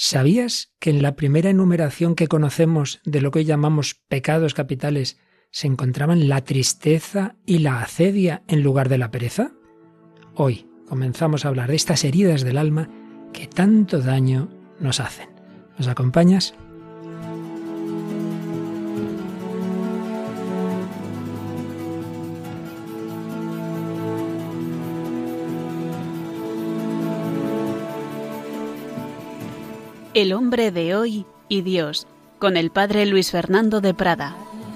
¿Sabías que en la primera enumeración que conocemos de lo que hoy llamamos pecados capitales se encontraban la tristeza y la acedia en lugar de la pereza? Hoy comenzamos a hablar de estas heridas del alma que tanto daño nos hacen. ¿Nos acompañas? El hombre de hoy y Dios, con el padre Luis Fernando de Prada.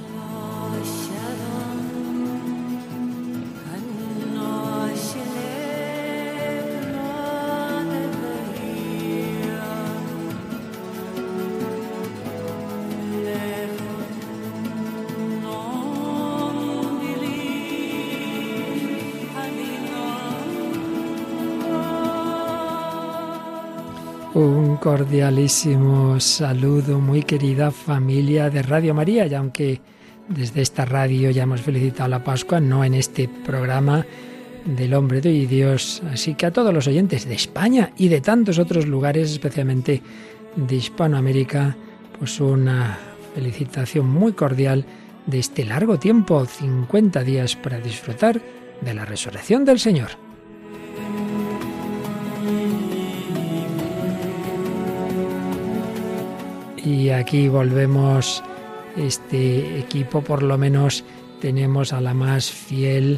Un cordialísimo saludo, muy querida familia de Radio María, y aunque desde esta radio ya hemos felicitado la Pascua, no en este programa del hombre de hoy y Dios, así que a todos los oyentes de España y de tantos otros lugares, especialmente de Hispanoamérica, pues una felicitación muy cordial de este largo tiempo, 50 días para disfrutar de la resurrección del Señor. Y aquí volvemos, este equipo, por lo menos tenemos a la más fiel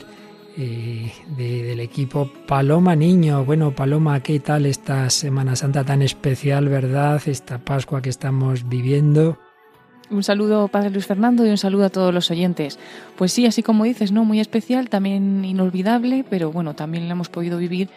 del equipo, Paloma Niño. Bueno, Paloma, ¿qué tal esta Semana Santa tan especial, verdad? Esta Pascua que estamos viviendo. Un saludo, padre Luis Fernando, y un saludo a todos los oyentes. Pues sí, así como dices, ¿no? Muy especial, también inolvidable, pero bueno, también la hemos podido vivir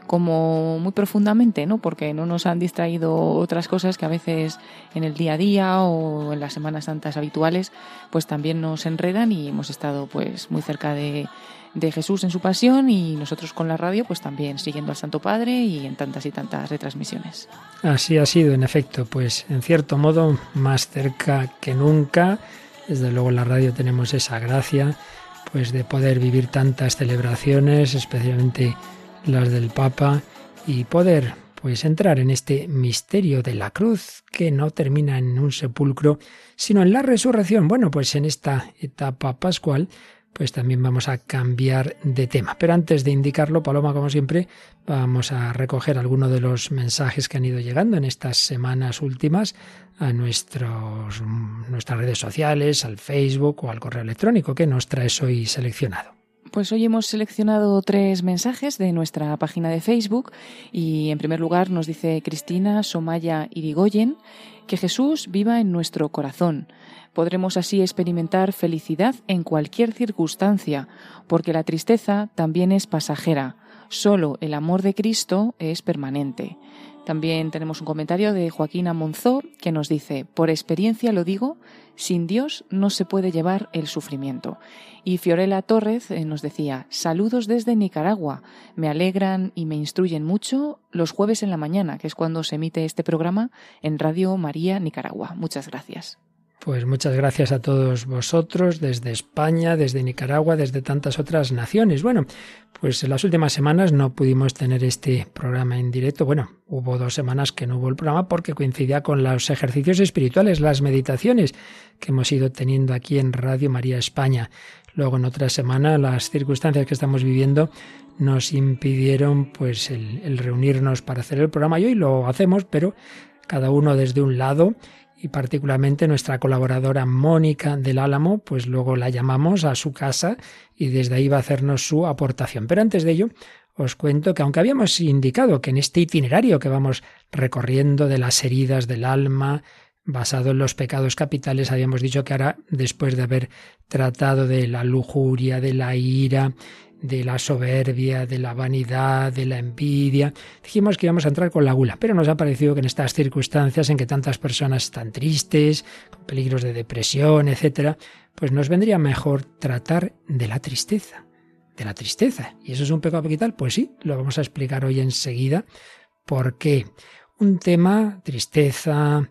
como muy profundamente, ¿no? Porque no nos han distraído otras cosas que a veces en el día a día o en las Semanas Santas habituales, pues también nos enredan, y hemos estado pues muy cerca de Jesús en su pasión, y nosotros con la radio pues también siguiendo al Santo Padre y en tantas y tantas retransmisiones. Así ha sido, en efecto, pues en cierto modo más cerca que nunca. Desde luego en la radio tenemos esa gracia pues de poder vivir tantas celebraciones, especialmente las del Papa, y poder pues entrar en este misterio de la cruz que no termina en un sepulcro, sino en la resurrección. Bueno, pues en esta etapa pascual pues también vamos a cambiar de tema. Pero antes de indicarlo, Paloma, como siempre, vamos a recoger algunos de los mensajes que han ido llegando en estas semanas últimas a nuestras redes sociales, al Facebook o al correo electrónico. ¿Qué nos traes hoy seleccionado? Pues hoy hemos seleccionado 3 mensajes de nuestra página de Facebook, y en primer lugar nos dice Cristina Somaya Irigoyen que Jesús viva en nuestro corazón. Podremos así experimentar felicidad en cualquier circunstancia, porque la tristeza también es pasajera. Solo el amor de Cristo es permanente. También tenemos un comentario de Joaquín Monzó que nos dice: por experiencia lo digo, sin Dios no se puede llevar el sufrimiento. Y Fiorella Torres nos decía: saludos desde Nicaragua, me alegran y me instruyen mucho los jueves en la mañana, que es cuando se emite este programa en Radio María Nicaragua. Muchas gracias. Pues muchas gracias a todos vosotros, desde España, desde Nicaragua, desde tantas otras naciones. Bueno, pues en las últimas semanas no pudimos tener este programa en directo. Bueno, hubo 2 semanas que no hubo el programa porque coincidía con los ejercicios espirituales, las meditaciones que hemos ido teniendo aquí en Radio María España. Luego en otra semana las circunstancias que estamos viviendo nos impidieron pues el reunirnos para hacer el programa, y hoy lo hacemos, pero cada uno desde un lado. Y particularmente nuestra colaboradora Mónica del Álamo, pues luego la llamamos a su casa y desde ahí va a hacernos su aportación. Pero antes de ello, os cuento que aunque habíamos indicado que en este itinerario que vamos recorriendo de las heridas del alma, basado en los pecados capitales, habíamos dicho que ahora, después de haber tratado de la lujuria, de la ira, de la soberbia, de la vanidad, de la envidia, dijimos que íbamos a entrar con la gula, pero nos ha parecido que en estas circunstancias en que tantas personas están tristes, con peligros de depresión, etcétera, pues nos vendría mejor tratar de la tristeza. ¿Y eso es un pecado capital? Pues sí, lo vamos a explicar hoy enseguida. ¿Por qué? Un tema, tristeza,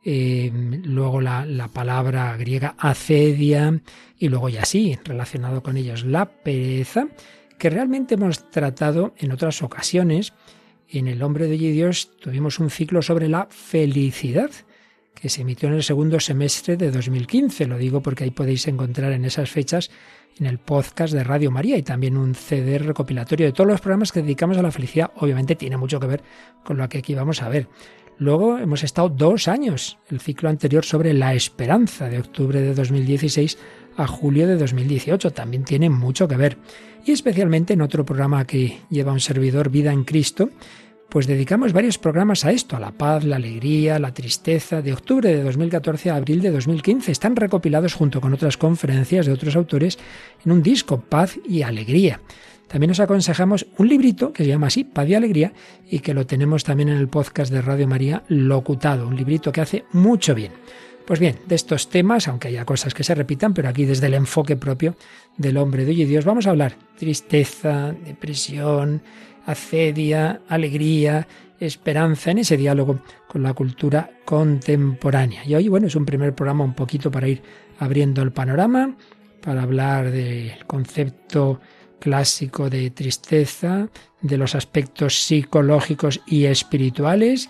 luego la palabra griega acedia, y luego ya sí, relacionado con ellos, la pereza, que realmente hemos tratado en otras ocasiones En El hombre de hoy y Dios tuvimos un ciclo sobre la felicidad, que se emitió en el segundo semestre de 2015. Lo digo porque ahí podéis encontrar en esas fechas en el podcast de Radio María y también un CD recopilatorio de todos los programas que dedicamos a la felicidad. Obviamente tiene mucho que ver con lo que aquí vamos a ver. Luego hemos estado 2 años, el ciclo anterior sobre la esperanza, de octubre de 2016 a julio de 2018. También tiene mucho que ver. Y especialmente en otro programa que lleva un servidor, Vida en Cristo, pues dedicamos varios programas a esto, a la paz, la alegría, la tristeza, de octubre de 2014 a abril de 2015. Están recopilados junto con otras conferencias de otros autores en un disco, Paz y Alegría. También os aconsejamos un librito que se llama así, Paz y Alegría, y que lo tenemos también en el podcast de Radio María locutado, un librito que hace mucho bien. Pues bien, de estos temas, aunque haya cosas que se repitan, pero aquí desde el enfoque propio del hombre de hoy y Dios, vamos a hablar tristeza, depresión, acedia, alegría, esperanza, en ese diálogo con la cultura contemporánea. Y hoy, bueno, es un primer programa un poquito para ir abriendo el panorama, para hablar del concepto clásico de tristeza, de los aspectos psicológicos y espirituales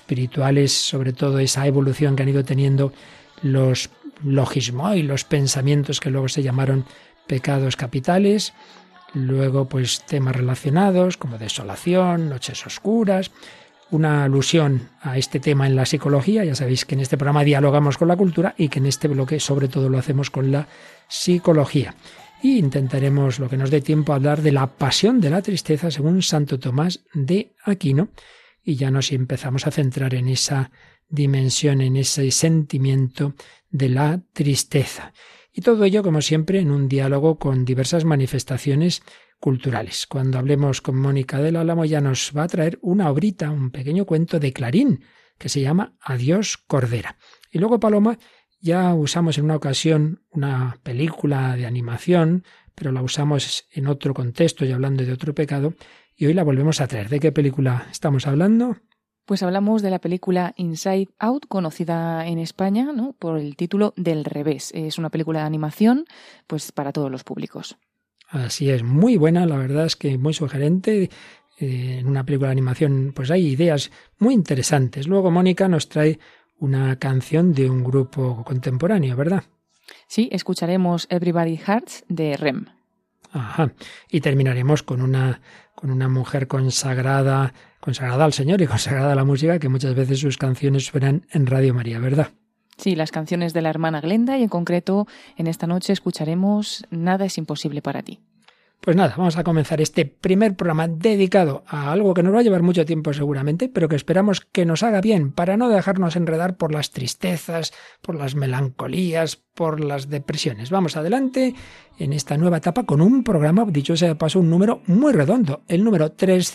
sobre todo esa evolución que han ido teniendo los logismos y los pensamientos que luego se llamaron pecados capitales. Luego, pues temas relacionados como desolación, noches oscuras, una alusión a este tema en la psicología. Ya sabéis que en este programa dialogamos con la cultura y que en este bloque sobre todo lo hacemos con la psicología. Y intentaremos, lo que nos dé tiempo, hablar de la pasión de la tristeza según Santo Tomás de Aquino. Y ya nos empezamos a centrar en esa dimensión, en ese sentimiento de la tristeza. Y todo ello, como siempre, en un diálogo con diversas manifestaciones culturales. Cuando hablemos con Mónica del Álamo ya nos va a traer una obrita, un pequeño cuento de Clarín, que se llama Adiós Cordera. Y luego, Paloma, ya usamos en una ocasión una película de animación, pero la usamos en otro contexto y hablando de otro pecado, y hoy la volvemos a traer. ¿De qué película estamos hablando? Pues hablamos de la película Inside Out, conocida en España, ¿no?, por el título Del Revés. Es una película de animación, pues para todos los públicos. Así es, muy buena, la verdad es que muy sugerente. En una película de animación pues hay ideas muy interesantes. Luego Mónica nos trae una canción de un grupo contemporáneo, ¿verdad? Sí, escucharemos Everybody Hurts de REM. Ajá. Y terminaremos con una mujer consagrada al Señor y consagrada a la música, que muchas veces sus canciones suenan en Radio María, ¿verdad? Sí, las canciones de la hermana Glenda, y en concreto en esta noche escucharemos Nada es imposible para ti. Pues nada, vamos a comenzar este primer programa dedicado a algo que nos va a llevar mucho tiempo seguramente, pero que esperamos que nos haga bien para no dejarnos enredar por las tristezas, por las melancolías, por las depresiones. Vamos adelante en esta nueva etapa con un programa, dicho sea de paso, un número muy redondo, el número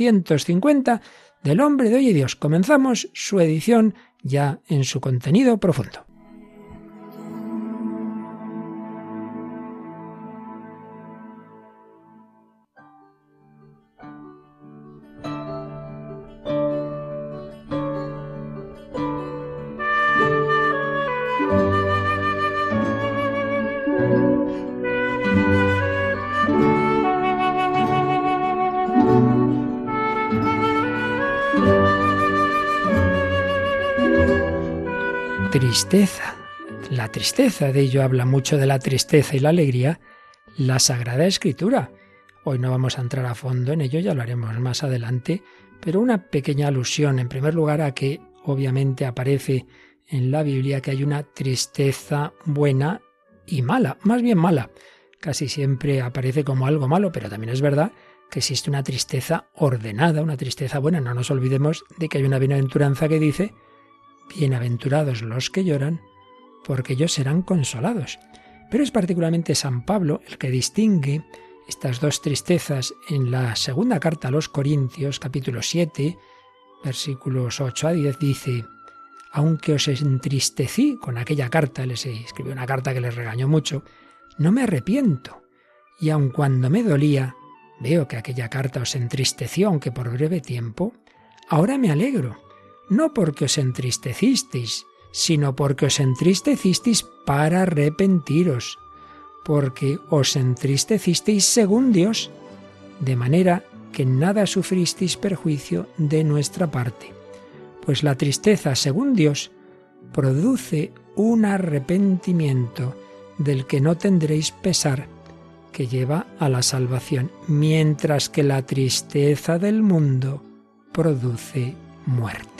350 del Hombre de Hoy y Dios. Comenzamos su edición ya en su contenido profundo. Tristeza. La tristeza, de ello habla mucho, de la tristeza y la alegría, la Sagrada Escritura. Hoy no vamos a entrar a fondo en ello, ya lo haremos más adelante, pero una pequeña alusión, en primer lugar, a que obviamente aparece en la Biblia que hay una tristeza buena y mala, más bien mala. Casi siempre aparece como algo malo, pero también es verdad que existe una tristeza ordenada, una tristeza buena. No nos olvidemos de que hay una bienaventuranza que dice: bienaventurados los que lloran, porque ellos serán consolados. Pero es particularmente San Pablo el que distingue estas dos tristezas en la segunda carta a los Corintios, capítulo 7, versículos 8 a 10, dice: aunque os entristecí con aquella carta, les escribió una carta que les regañó mucho, no me arrepiento, y aun cuando me dolía, veo que aquella carta os entristeció, aunque por breve tiempo, ahora me alegro, no porque os entristecisteis, sino porque os entristecisteis para arrepentiros, porque os entristecisteis según Dios, de manera que en nada sufristeis perjuicio de nuestra parte. Pues la tristeza, según Dios, produce un arrepentimiento del que no tendréis pesar, que lleva a la salvación, mientras que la tristeza del mundo produce muerte.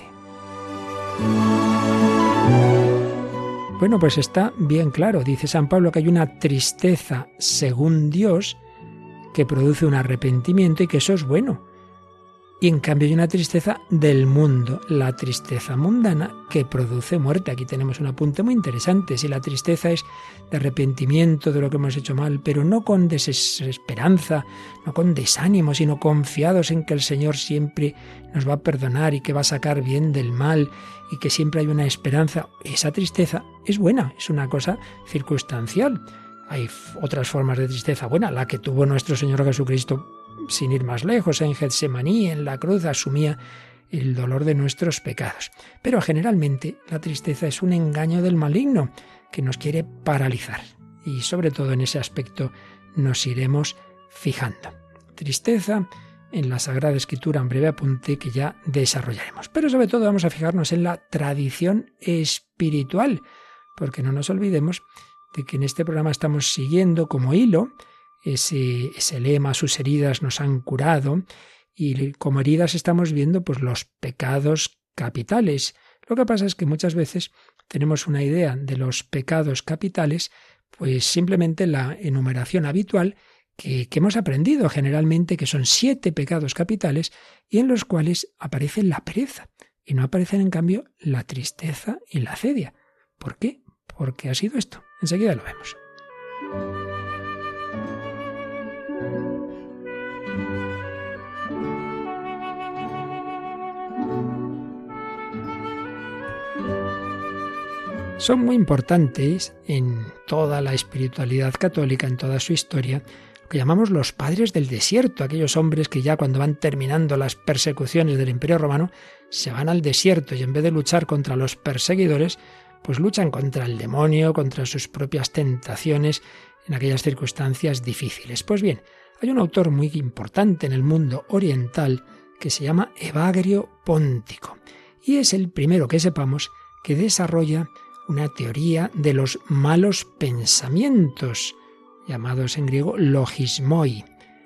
Bueno, pues está bien claro, dice San Pablo, que hay una tristeza según Dios que produce un arrepentimiento y que eso es bueno. Y en cambio hay una tristeza del mundo, la tristeza mundana que produce muerte. Aquí tenemos un apunte muy interesante. Si la tristeza es de arrepentimiento de lo que hemos hecho mal, pero no con desesperanza, no con desánimo, sino confiados en que el Señor siempre nos va a perdonar y que va a sacar bien del mal y que siempre hay una esperanza, esa tristeza es buena, es una cosa circunstancial. Hay otras formas de tristeza buena, la que tuvo nuestro Señor Jesucristo sin ir más lejos, en Getsemaní, en la cruz, asumía el dolor de nuestros pecados. Pero generalmente la tristeza es un engaño del maligno que nos quiere paralizar. Y sobre todo en ese aspecto nos iremos fijando. Tristeza en la Sagrada Escritura, un breve apunte que ya desarrollaremos. Pero sobre todo vamos a fijarnos en la tradición espiritual, porque no nos olvidemos de que en este programa estamos siguiendo como hilo ese lema, sus heridas nos han curado, y como heridas estamos viendo pues los pecados capitales. Lo que pasa es que muchas veces tenemos una idea de los pecados capitales, pues simplemente la enumeración habitual que hemos aprendido generalmente, que son 7 pecados capitales, y en los cuales aparece la pereza, y no aparecen en cambio la tristeza y la acedia. ¿Por qué? Porque ha sido esto. Enseguida lo vemos. Son muy importantes en toda la espiritualidad católica, en toda su historia, lo que llamamos los padres del desierto, aquellos hombres que ya cuando van terminando las persecuciones del Imperio Romano se van al desierto y en vez de luchar contra los perseguidores, pues luchan contra el demonio, contra sus propias tentaciones en aquellas circunstancias difíciles. Pues bien, hay un autor muy importante en el mundo oriental que se llama Evagrio Póntico y es el primero que sepamos que desarrolla una teoría de los malos pensamientos, llamados en griego logismoi.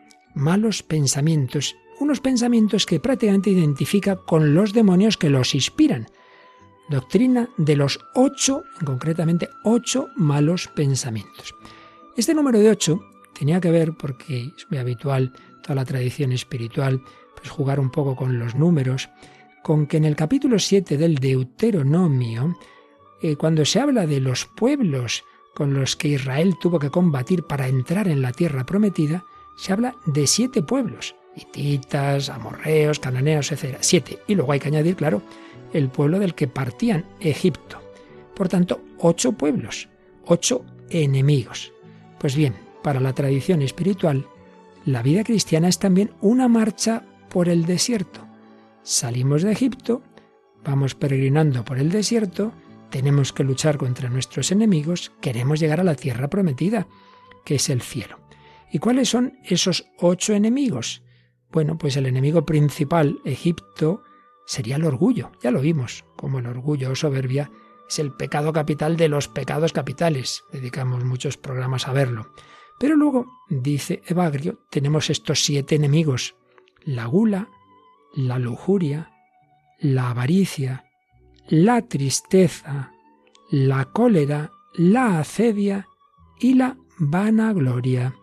Malos pensamientos, unos pensamientos que prácticamente identifica con los demonios que los inspiran. Doctrina de los 8, concretamente 8 malos pensamientos. Este número de 8 tenía que ver, porque es muy habitual toda la tradición espiritual, pues jugar un poco con los números, con que en el capítulo 7 del Deuteronomio, cuando se habla de los pueblos con los que Israel tuvo que combatir para entrar en la tierra prometida, se habla de 7 pueblos, hititas, amorreos, cananeos, etc. 7. Y luego hay que añadir, claro, el pueblo del que partían, Egipto. Por tanto, 8 pueblos, 8 enemigos. Pues bien, para la tradición espiritual, la vida cristiana es también una marcha por el desierto. Salimos de Egipto, vamos peregrinando por el desierto, tenemos que luchar contra nuestros enemigos, queremos llegar a la tierra prometida, que es el cielo. ¿Y cuáles son esos 8 enemigos? Bueno, pues el enemigo principal, Egipto, sería el orgullo. Ya lo vimos, como el orgullo o soberbia es el pecado capital de los pecados capitales. Dedicamos muchos programas a verlo. Pero luego, dice Evagrio, tenemos estos 7 enemigos: la gula, la lujuria, la avaricia, la tristeza, la cólera, la acedia y la vanagloria.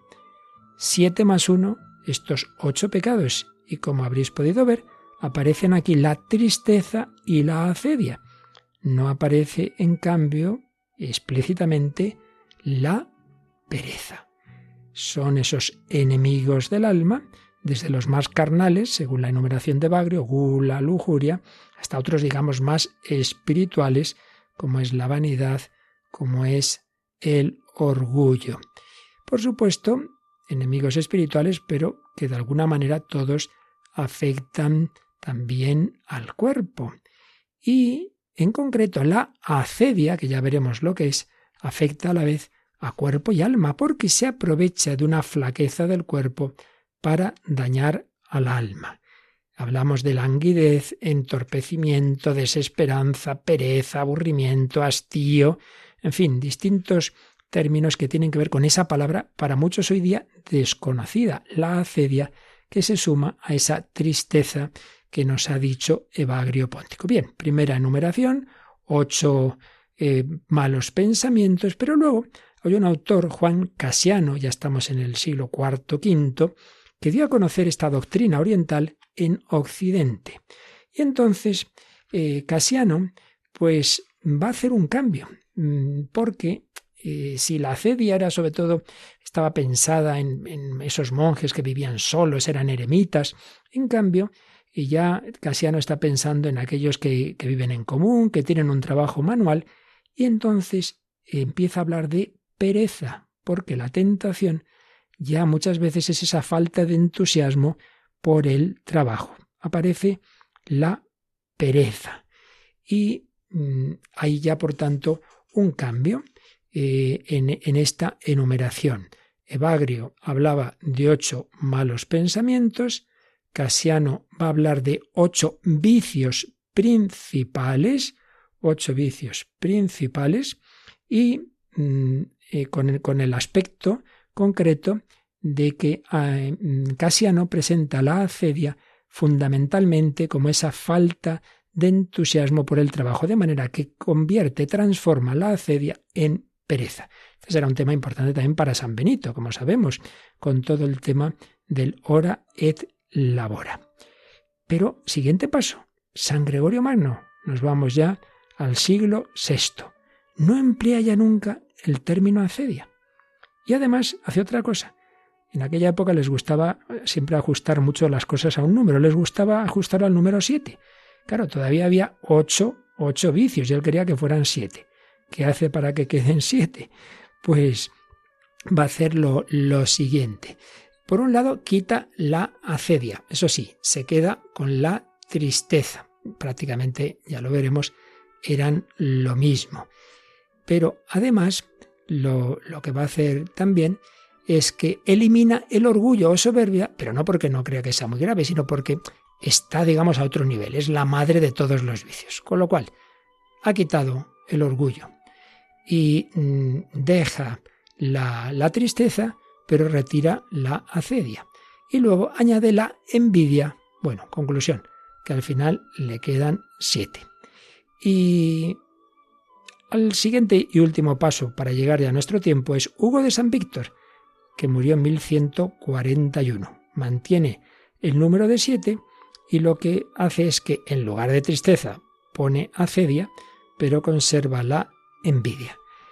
7 más 1, estos 8 pecados. Y como habréis podido ver, aparecen aquí la tristeza y la acedia. No aparece, en cambio, explícitamente la pereza. Son esos enemigos del alma, desde los más carnales, según la enumeración de Evagrio, gula, lujuria, hasta otros, digamos, más espirituales, como es la vanidad, como es el orgullo. Por supuesto, enemigos espirituales, pero que de alguna manera todos afectan también al cuerpo. Y, en concreto, la acedia, que ya veremos lo que es, afecta a la vez a cuerpo y alma, porque se aprovecha de una flaqueza del cuerpo para dañar al alma. Hablamos de languidez, entorpecimiento, desesperanza, pereza, aburrimiento, hastío, en fin, distintos términos que tienen que ver con esa palabra para muchos hoy día desconocida, la acedia, que se suma a esa tristeza que nos ha dicho Evagrio Póntico. Bien, primera enumeración, 8 malos pensamientos, pero luego hay un autor, Juan Casiano, ya estamos en el siglo IV, V, que dio a conocer esta doctrina oriental en Occidente. Y entonces Casiano pues va a hacer un cambio, porque si la acedia era sobre todo, estaba pensada en esos monjes que vivían solos, eran eremitas, en cambio ya Casiano está pensando en aquellos que viven en común, que tienen un trabajo manual, y entonces empieza a hablar de pereza, porque la tentación ya muchas veces es esa falta de entusiasmo por el trabajo. Aparece la pereza. Y hay ya, por tanto, un cambio en esta enumeración. Evagrio hablaba de 8 malos pensamientos, Casiano va a hablar de 8 vicios principales, 8 vicios principales, y con el aspecto concreto de que Casiano presenta la acedia fundamentalmente como esa falta de entusiasmo por el trabajo, de manera que transforma la acedia en pereza. Este será un tema importante también para San Benito, como sabemos, con todo el tema del ora et labora. Pero, siguiente paso, San Gregorio Magno, nos vamos ya al siglo VI. No emplea ya nunca el término acedia. Y además hace otra cosa. En aquella época les gustaba siempre ajustar mucho las cosas a un número, les gustaba ajustar al número 7. Claro, todavía había 8 vicios y él quería que fueran 7. ¿Qué hace para que queden 7? Pues va a hacer lo siguiente. Por un lado, quita la acedia. Eso sí, se queda con la tristeza. Prácticamente, ya lo veremos, eran lo mismo. Pero además, lo que va a hacer también es que elimina el orgullo o soberbia, pero no porque no crea que sea muy grave, sino porque está, digamos, a otro nivel. Es la madre de todos los vicios. Con lo cual, ha quitado el orgullo y deja la tristeza, pero retira la acedia. Y luego añade la envidia. Bueno, conclusión, que al final le quedan 7. Y al siguiente y último paso para llegar ya a nuestro tiempo es Hugo de San Víctor, que murió en 1141. Mantiene el número de 7 y lo que hace es que en lugar de tristeza pone acedia, pero conserva la envidia.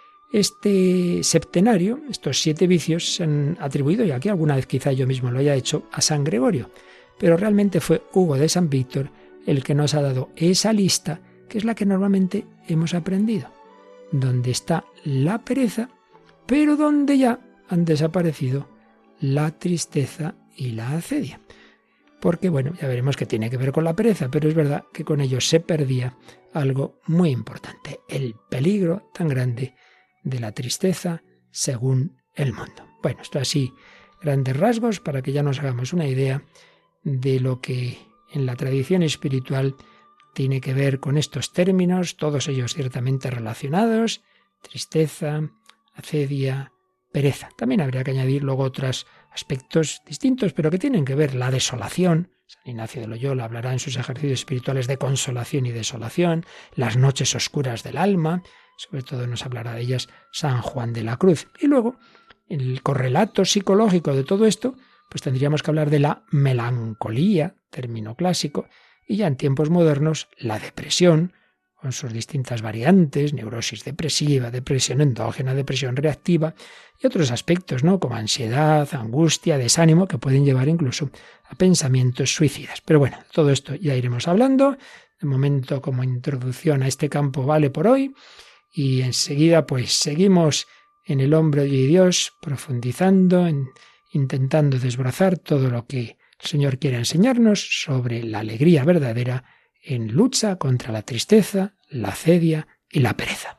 Este septenario, estos 7 vicios, se han atribuido, y aquí alguna vez quizá yo mismo lo haya hecho, a San Gregorio, pero realmente fue Hugo de San Víctor el que nos ha dado esa lista, que es la que normalmente hemos aprendido, donde está la pereza, pero donde ya han desaparecido la tristeza y la acedia. Porque, bueno, ya veremos que tiene que ver con la pereza, pero es verdad que con ello se perdía algo muy importante, el peligro tan grande de la tristeza según el mundo. Bueno, esto así, grandes rasgos, para que ya nos hagamos una idea de lo que en la tradición espiritual tiene que ver con estos términos, todos ellos ciertamente relacionados: tristeza, acedia, pereza. También habría que añadir luego otros aspectos distintos, pero que tienen que ver la desolación. San Ignacio de Loyola hablará en sus ejercicios espirituales de consolación y desolación, las noches oscuras del alma, sobre todo nos hablará de ellas San Juan de la Cruz. Y luego, el correlato psicológico de todo esto, pues tendríamos que hablar de la melancolía, término clásico, y ya en tiempos modernos la depresión, con sus distintas variantes, neurosis depresiva, depresión endógena, depresión reactiva y otros aspectos, ¿no?, como ansiedad, angustia, desánimo, que pueden llevar incluso a pensamientos suicidas. Pero bueno, todo esto ya iremos hablando. De momento, como introducción a este campo, vale por hoy, y enseguida pues seguimos en el hombre de Dios, profundizando, intentando desbrozar todo lo que el Señor quiere enseñarnos sobre la alegría verdadera en lucha contra la tristeza, la acedia y la pereza.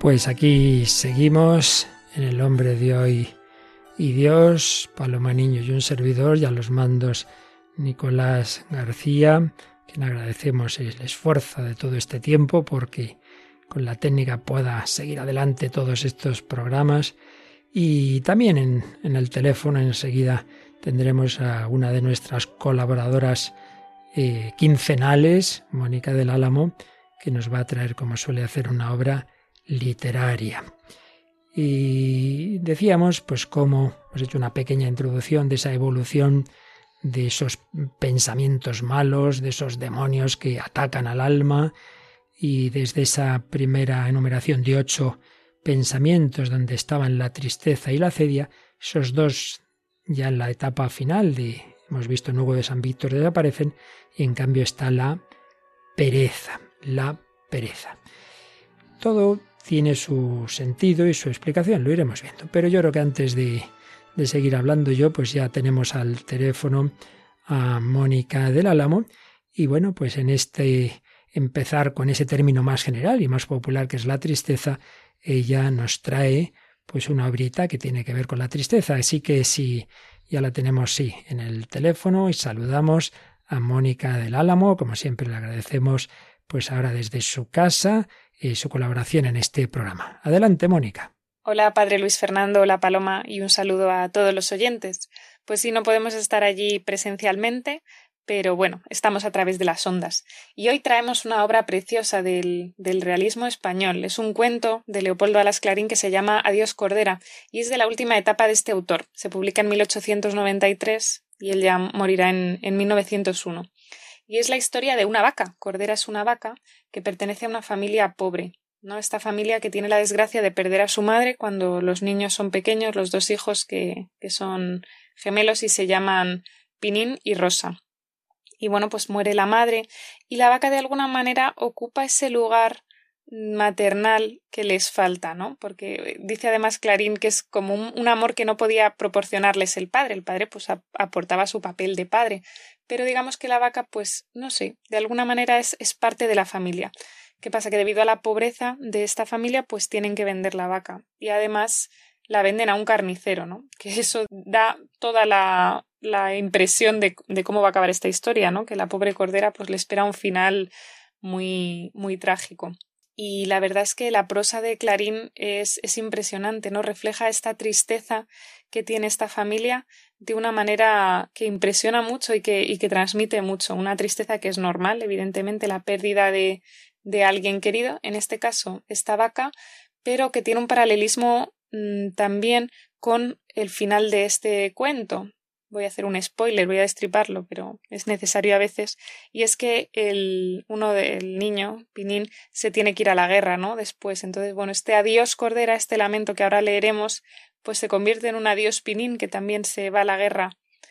Pues aquí seguimos en El hombre de hoy y Dios, Paloma Niño y un servidor, y a los mandos Nicolás García, quien agradecemos el esfuerzo de todo este tiempo porque con la técnica pueda seguir adelante todos estos programas. Y también en el teléfono enseguida tendremos a una de nuestras colaboradoras quincenales, Mónica del Álamo, que nos va a traer, como suele hacer, una obra literaria. Y decíamos, pues cómo hemos hecho una pequeña introducción de esa evolución de esos pensamientos malos, de esos demonios que atacan al alma, y desde esa primera enumeración de 8 pensamientos donde estaban la tristeza y la acedia, esos 2 ya en la etapa final hemos visto en Hugo de San Víctor desaparecen, y en cambio está la pereza. Todo tiene su sentido y su explicación, lo iremos viendo. Pero yo creo que antes de seguir hablando yo, pues ya tenemos al teléfono a Mónica del Álamo, y bueno, pues en empezar con ese término más general y más popular que es la tristeza, ella nos trae pues una obrita que tiene que ver con la tristeza. Así que sí, ya la tenemos en el teléfono, y saludamos a Mónica del Álamo, como siempre le agradecemos pues ahora desde su casa su colaboración en este programa. Adelante, Mónica. Hola, Padre Luis Fernando, hola Paloma, y un saludo a todos los oyentes. Pues sí, no podemos estar allí presencialmente, pero bueno, estamos a través de las ondas. Y hoy traemos una obra preciosa del realismo español. Es un cuento de Leopoldo Alas Clarín que se llama Adiós Cordera, y es de la última etapa de este autor. Se publica en 1893 y él ya morirá en 1901. Y es la historia de una vaca. Cordera es una vaca que pertenece a una familia pobre, ¿no? Esta familia que tiene la desgracia de perder a su madre cuando los niños son pequeños, los 2 hijos que son gemelos y se llaman Pinín y Rosa. Y bueno, pues muere la madre y la vaca de alguna manera ocupa ese lugar maternal que les falta, ¿no? Porque dice además Clarín que es como un amor que no podía proporcionarles el padre. El padre pues aportaba su papel de padre, pero digamos que la vaca pues no sé, de alguna manera es parte de la familia. ¿Qué pasa? Que debido a la pobreza de esta familia pues tienen que vender la vaca y además la venden a un carnicero, ¿no? Que eso da toda la impresión de cómo va a acabar esta historia, ¿no? Que la pobre cordera pues le espera un final muy, muy trágico. Y la verdad es que la prosa de Clarín es impresionante, ¿no? Refleja esta tristeza que tiene esta familia de una manera que impresiona mucho y que transmite mucho. Una tristeza que es normal, evidentemente, la pérdida de alguien querido, en este caso esta vaca, pero que tiene un paralelismo también con el final de este cuento. Voy a hacer un spoiler, voy a destriparlo, pero es necesario a veces, y es que el niño, Pinín, se tiene que ir a la guerra, ¿no? Después, entonces, bueno, este adiós Cordera, este lamento que ahora leeremos, pues se convierte en un adiós Pinín, que también se va a la guerra,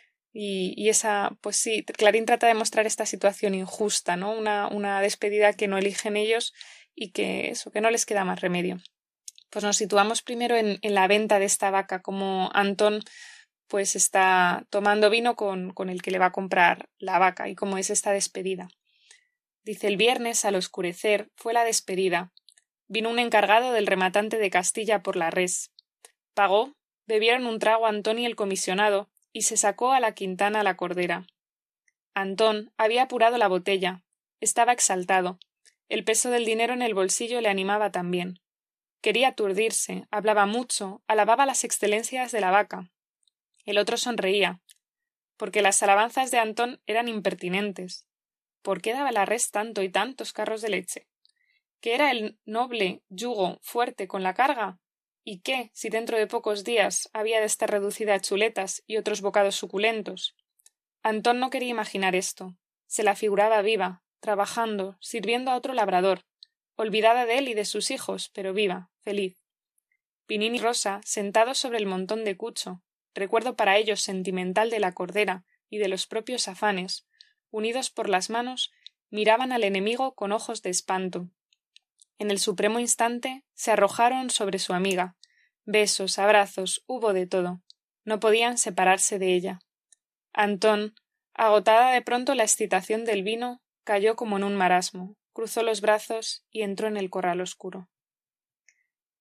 y esa, pues sí, Clarín trata de mostrar esta situación injusta, ¿no? Una despedida que no eligen ellos y que no les queda más remedio. Pues nos situamos primero en la venta de esta vaca, como Antón pues está tomando vino con el que le va a comprar la vaca y cómo es esta despedida. Dice: el viernes, al oscurecer, fue la despedida. Vino un encargado del rematante de Castilla por la res. Pagó, bebieron un trago Antón y el comisionado, y se sacó a la quintana la cordera. Antón había apurado la botella. Estaba exaltado. El peso del dinero en el bolsillo le animaba también. Quería aturdirse, hablaba mucho, alababa las excelencias de la vaca. El otro sonreía, porque las alabanzas de Antón eran impertinentes. ¿Por qué daba la res tanto y tantos carros de leche? ¿Que era el noble yugo fuerte con la carga? ¿Y qué, si dentro de pocos días había de estar reducida a chuletas y otros bocados suculentos? Antón no quería imaginar esto. Se la figuraba viva, trabajando, sirviendo a otro labrador, olvidada de él y de sus hijos, pero viva, feliz. Pinín y Rosa, sentados sobre el montón de Cucho, recuerdo para ellos sentimental de la cordera y de los propios afanes, unidos por las manos, miraban al enemigo con ojos de espanto. En el supremo instante se arrojaron sobre su amiga. Besos, abrazos, hubo de todo. No podían separarse de ella. Antón, agotada de pronto la excitación del vino, cayó como en un marasmo, cruzó los brazos y entró en el corral oscuro.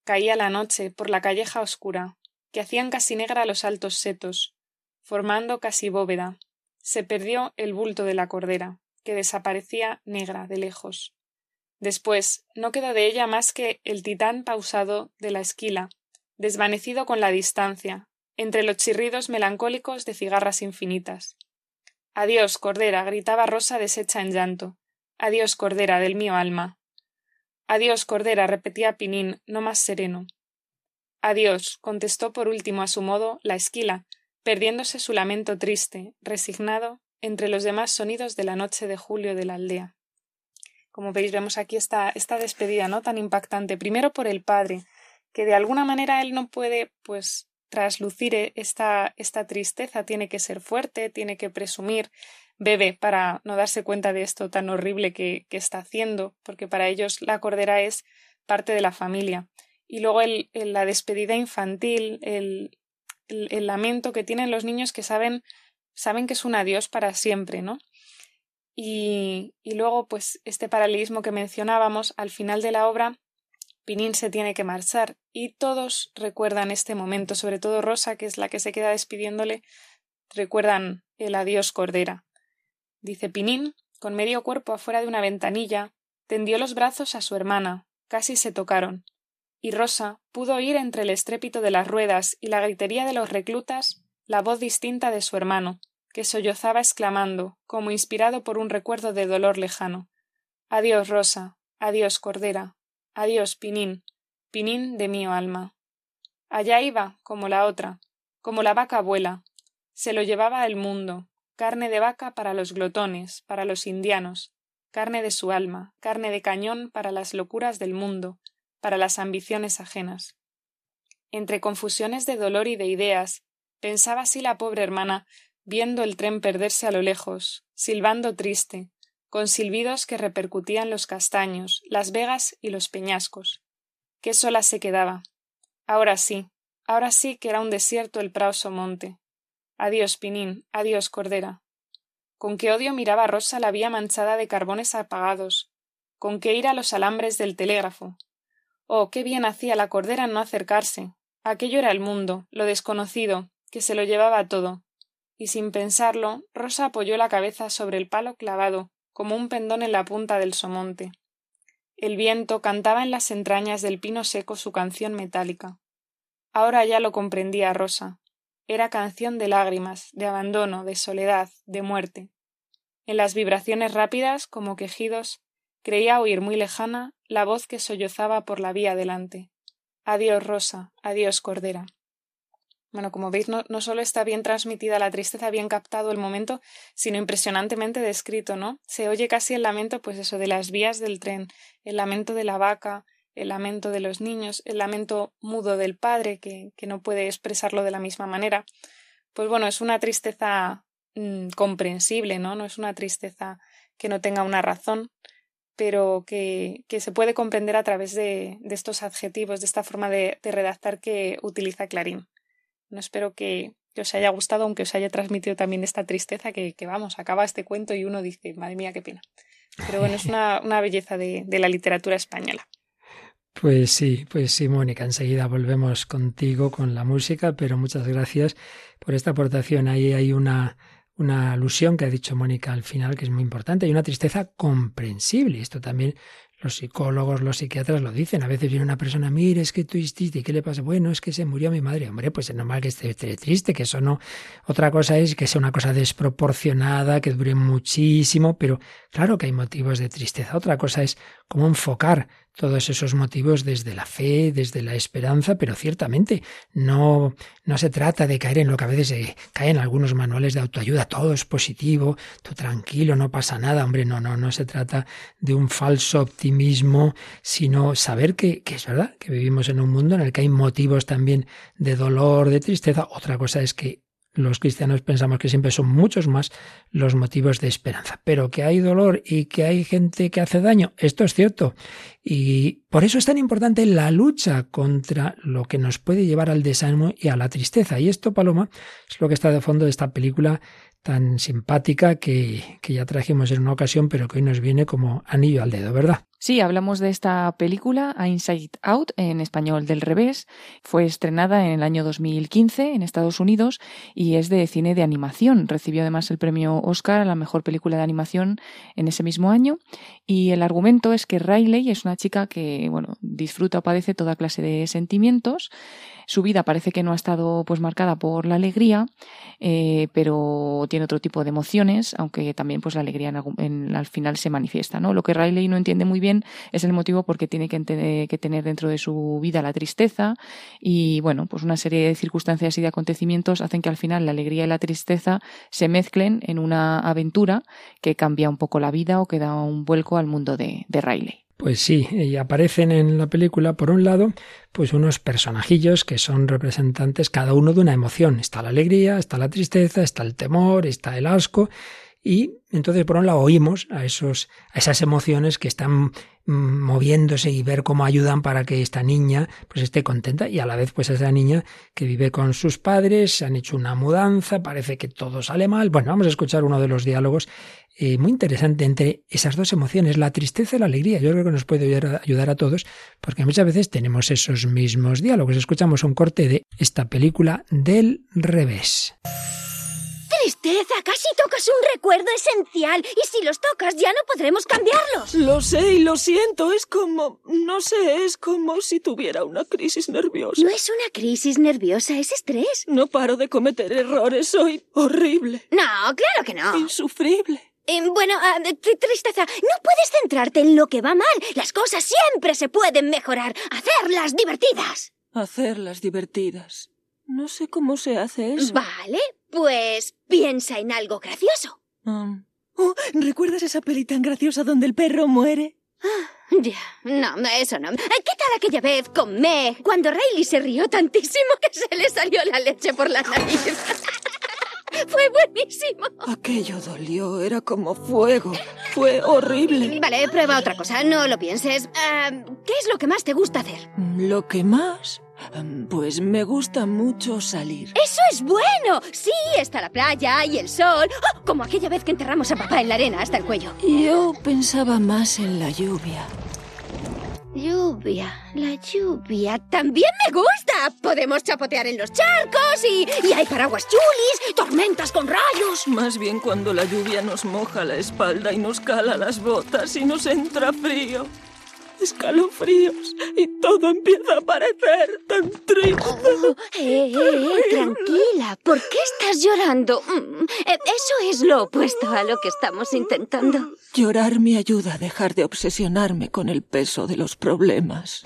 caía la noche por la calleja oscura, que hacían casi negra los altos setos, formando casi bóveda. Se perdió el bulto de la cordera, que desaparecía negra de lejos. Después no quedó de ella más que el titán pausado de la esquila, desvanecido con la distancia, entre los chirridos melancólicos de cigarras infinitas. Adiós, cordera, gritaba Rosa deshecha en llanto. Adiós, cordera, del mío alma. Adiós, cordera, repetía Pinín, no más sereno. Adiós, contestó por último a su modo la esquila, perdiéndose su lamento triste, resignado, entre los demás sonidos de la noche de julio de la aldea. Como veis, vemos aquí esta despedida, ¿no?, tan impactante. Primero por el padre, que de alguna manera él no puede, pues, traslucir esta tristeza, tiene que ser fuerte, tiene que presumir, bebe para no darse cuenta de esto tan horrible que está haciendo, porque para ellos la cordera es parte de la familia. Y luego la despedida infantil, el lamento que tienen los niños que saben que es un adiós para siempre, ¿no? Y luego, pues, este paralelismo que mencionábamos, al final de la obra, Pinín se tiene que marchar y todos recuerdan este momento, sobre todo Rosa, que es la que se queda despidiéndole, recuerdan el adiós, cordera. Dice Pinín, con medio cuerpo afuera de una ventanilla, tendió los brazos a su hermana, casi se tocaron, y Rosa pudo oír entre el estrépito de las ruedas y la gritería de los reclutas la voz distinta de su hermano, que sollozaba exclamando, como inspirado por un recuerdo de dolor lejano: Adiós, Rosa, adiós, cordera, adiós, Pinín, Pinín de mío alma. Allá iba, como la otra, como la vaca abuela, se lo llevaba el mundo, carne de vaca para los glotones, para los indianos, carne de su alma, carne de cañón para las locuras del mundo, para las ambiciones ajenas. Entre confusiones de dolor y de ideas, pensaba así la pobre hermana, viendo el tren perderse a lo lejos, silbando triste, con silbidos que repercutían los castaños, las vegas y los peñascos. Qué sola se quedaba. Ahora sí que era un desierto el praoso monte. Adiós, Pinín, adiós, cordera. Con qué odio miraba Rosa la vía manchada de carbones apagados, con qué ira los alambres del telégrafo. Oh, qué bien hacía la cordera en no acercarse. Aquello era el mundo, lo desconocido, que se lo llevaba todo. Y sin pensarlo, Rosa apoyó la cabeza sobre el palo clavado, como un pendón en la punta del somonte. El viento cantaba en las entrañas del pino seco su canción metálica. Ahora ya lo comprendía Rosa. Era canción de lágrimas, de abandono, de soledad, de muerte. En las vibraciones rápidas, como quejidos, creía oír muy lejana la voz que sollozaba por la vía delante. Adiós, Rosa, adiós, cordera. Bueno, como veis, no solo está bien transmitida la tristeza, bien captado el momento, sino impresionantemente descrito, ¿no? Se oye casi el lamento, pues eso, de las vías del tren, el lamento de la vaca, el lamento de los niños, el lamento mudo del padre, que no puede expresarlo de la misma manera. Pues bueno, es una tristeza comprensible, ¿no? No es una tristeza que no tenga una razón, pero que se puede comprender a través de estos adjetivos, de esta forma de redactar que utiliza Clarín. No, espero que os haya gustado, aunque os haya transmitido también esta tristeza que vamos, acaba este cuento y uno dice, madre mía, qué pena. Pero bueno, es una belleza de la literatura española. Pues sí, Mónica, enseguida volvemos contigo con la música, pero muchas gracias por esta aportación. Ahí hay una alusión que ha dicho Mónica al final, que es muy importante. Hay una tristeza comprensible. Esto también los psicólogos, los psiquiatras lo dicen. A veces viene una persona, mire, es que tú triste, ¿qué le pasa? Bueno, es que se murió mi madre. Hombre, pues es normal que esté triste, que eso no. Otra cosa es que sea una cosa desproporcionada, que dure muchísimo, pero claro que hay motivos de tristeza. Otra cosa es cómo enfocar todos esos motivos desde la fe, desde la esperanza, pero ciertamente no se trata de caer en lo que a veces se cae en algunos manuales de autoayuda, todo es positivo, tú tranquilo, no pasa nada. Hombre, no se trata de un falso optimismo, sino saber que es verdad, que vivimos en un mundo en el que hay motivos también de dolor, de tristeza. Otra cosa es que los cristianos pensamos que siempre son muchos más los motivos de esperanza. Pero que hay dolor y que hay gente que hace daño, esto es cierto. Y por eso es tan importante la lucha contra lo que nos puede llevar al desánimo y a la tristeza. Y esto, Paloma, es lo que está de fondo de esta película tan simpática que ya trajimos en una ocasión, pero que hoy nos viene como anillo al dedo, ¿verdad? Sí, hablamos de esta película, A Inside Out, en español del revés. Fue estrenada en el año 2015 en Estados Unidos y es de cine de animación. Recibió además el premio Oscar a la mejor película de animación en ese mismo año. Y el argumento es que Riley es una chica que, disfruta o padece toda clase de sentimientos. Su vida parece que no ha estado pues marcada por la alegría, pero tiene otro tipo de emociones, aunque también pues la alegría al final se manifiesta, ¿no? Lo que Riley no entiende muy bien es el motivo por qué tiene que tener dentro de su vida la tristeza y pues una serie de circunstancias y de acontecimientos hacen que al final la alegría y la tristeza se mezclen en una aventura que cambia un poco la vida o que da un vuelco al mundo de Riley. Pues sí, y aparecen en la película, por un lado, pues unos personajillos que son representantes cada uno de una emoción. Está la alegría, está la tristeza, está el temor, está el asco. Y entonces, por un lado, oímos a esas emociones que están moviéndose y ver cómo ayudan para que esta niña pues esté contenta y a la vez pues esa niña que vive con sus padres, se han hecho una mudanza, parece que todo sale mal. Bueno, vamos a escuchar uno de los diálogos muy interesante entre esas dos emociones, la tristeza y la alegría. Yo creo que nos puede ayudar a todos porque muchas veces tenemos esos mismos diálogos. Escuchamos un corte de esta película del revés. Tristeza, casi tocas un recuerdo esencial y si los tocas ya no podremos cambiarlos. Lo sé y lo siento, es como si tuviera una crisis nerviosa. No es una crisis nerviosa, es estrés. No paro de cometer errores, soy horrible. No, claro que no. Insufrible. Tristeza, no puedes centrarte en lo que va mal. Las cosas siempre se pueden mejorar. Hacerlas divertidas. Hacerlas divertidas. No sé cómo se hace eso. Vale, pues piensa en algo gracioso. ¿Recuerdas esa peli tan graciosa donde el perro muere? Ya, no, eso no. ¿Qué tal aquella vez con Meg, cuando Riley se rió tantísimo que se le salió la leche por la nariz? Fue buenísimo. Aquello dolió, era como fuego. Fue horrible. Vale, prueba otra cosa, no lo pienses. ¿Qué es lo que más te gusta hacer? ¿Lo que más? Pues me gusta mucho salir. ¡Eso es bueno! Sí, está la playa y el sol. ¡Oh! Como aquella vez que enterramos a papá en la arena hasta el cuello. Yo pensaba más en la lluvia. La lluvia también me gusta. Podemos chapotear en los charcos y hay paraguas chulis, tormentas con rayos. Más bien cuando la lluvia nos moja la espalda y nos cala las botas y nos entra frío. Escalofríos y todo empieza a parecer tan triste. Tranquila, ¿por qué estás llorando? Eso es lo opuesto a lo que estamos intentando. Llorar me ayuda a dejar de obsesionarme con el peso de los problemas.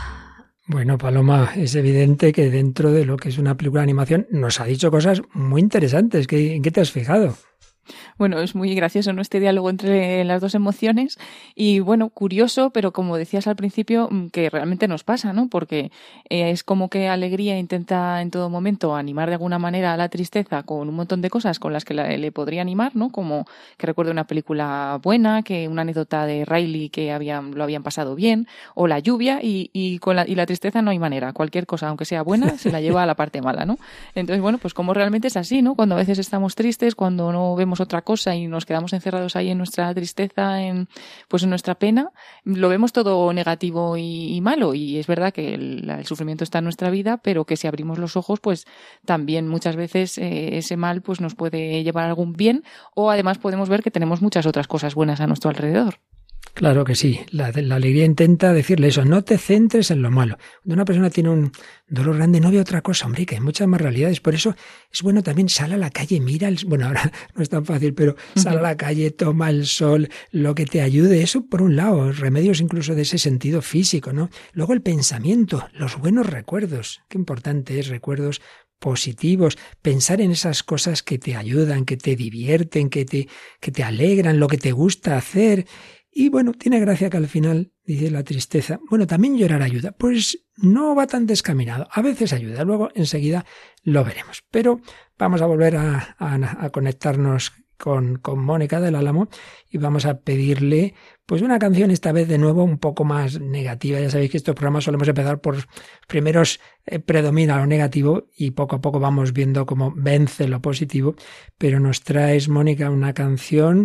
Bueno, Paloma, es evidente que dentro de lo que es una película de animación nos ha dicho cosas muy interesantes. ¿En qué te has fijado? Bueno, es muy gracioso, ¿no?, este diálogo entre las dos emociones y, curioso, pero como decías al principio, que realmente nos pasa, ¿no? Porque es como que Alegría intenta en todo momento animar de alguna manera a la tristeza con un montón de cosas con las que le podría animar, ¿no? Como que recuerde una película buena, que una anécdota de Riley que lo habían pasado bien, o la lluvia y la tristeza no hay manera. Cualquier cosa, aunque sea buena, se la lleva a la parte mala, ¿no? Entonces, pues como realmente es así, ¿no? Cuando a veces estamos tristes, cuando no vemos otra cosa y nos quedamos encerrados ahí en nuestra tristeza, en nuestra pena, lo vemos todo negativo y malo, y es verdad que el sufrimiento está en nuestra vida, pero que si abrimos los ojos, pues también muchas veces ese mal pues nos puede llevar a algún bien, o además podemos ver que tenemos muchas otras cosas buenas a nuestro alrededor. Claro que sí. La alegría intenta decirle eso, no te centres en lo malo. Cuando una persona tiene un dolor grande no ve otra cosa, hombre, que hay muchas más realidades. Por eso es bueno también sal a la calle, mira, bueno, ahora no es tan fácil, pero sal a la calle, toma el sol, lo que te ayude. Eso por un lado, remedios incluso de ese sentido físico, ¿no? Luego el pensamiento, los buenos recuerdos. Qué importante es recuerdos positivos, pensar en esas cosas que te ayudan, que te divierten, que te alegran, lo que te gusta hacer. Y tiene gracia que al final, dice la tristeza, también llorar ayuda. Pues no va tan descaminado. A veces ayuda, luego enseguida lo veremos. Pero vamos a volver a conectarnos con Mónica del Álamo y vamos a pedirle una canción, esta vez de nuevo un poco más negativa. Ya sabéis que estos programas solemos empezar por primeros predomina lo negativo y poco a poco vamos viendo cómo vence lo positivo. Pero nos traes, Mónica, una canción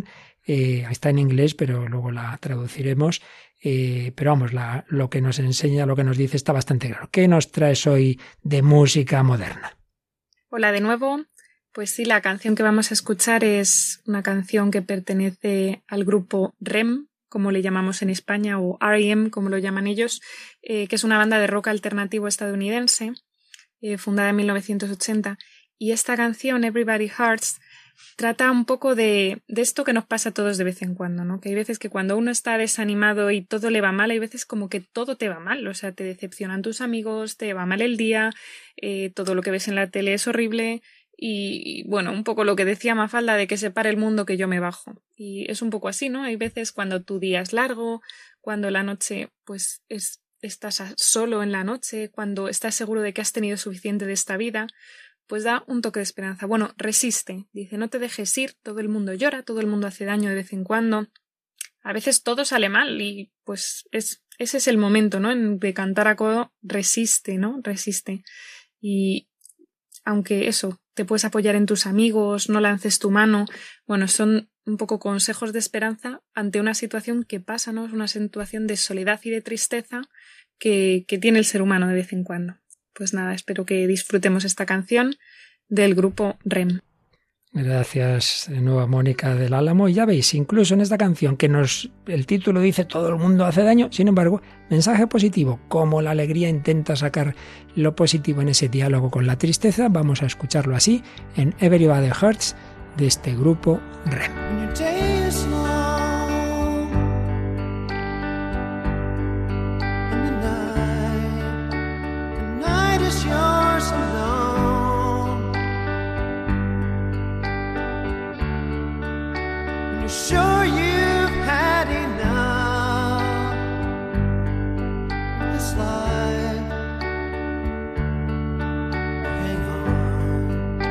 está en inglés, pero luego la traduciremos. Pero vamos, lo que nos enseña, lo que nos dice está bastante claro. ¿Qué nos traes hoy de música moderna? Hola de nuevo. Pues sí, la canción que vamos a escuchar es una canción que pertenece al grupo REM, como le llamamos en España, o R.E.M., como lo llaman ellos, que es una banda de rock alternativo estadounidense, fundada en 1980. Y esta canción, Everybody Hurts, trata un poco de esto que nos pasa a todos de vez en cuando, ¿no? Que hay veces que cuando uno está desanimado y todo le va mal, hay veces como que todo te va mal, o sea, te decepcionan tus amigos, te va mal el día, todo lo que ves en la tele es horrible y bueno, un poco lo que decía Mafalda de que se pare el mundo que yo me bajo. Y es un poco así, ¿no? Hay veces cuando tu día es largo, cuando la noche pues estás solo en la noche, cuando estás seguro de que has tenido suficiente de esta vida, pues da un toque de esperanza. Bueno, resiste, dice, no te dejes ir, todo el mundo llora, todo el mundo hace daño de vez en cuando. A veces todo sale mal y pues ese es el momento, ¿no? De cantar a codo, resiste, ¿no? Resiste. Y aunque eso, te puedes apoyar en tus amigos, no lances tu mano, bueno, son un poco consejos de esperanza ante una situación que pasa, ¿no? Es una situación de soledad y de tristeza que tiene el ser humano de vez en cuando. Pues nada, espero que disfrutemos esta canción del grupo REM. Gracias de nuevo a Mónica del Álamo. Y ya veis, incluso en esta canción que el título dice todo el mundo hace daño, sin embargo, mensaje positivo, como la alegría intenta sacar lo positivo en ese diálogo con la tristeza. Vamos a escucharlo así en Everybody Hurts de este grupo REM. Sure you've had enough of this life. Hang on.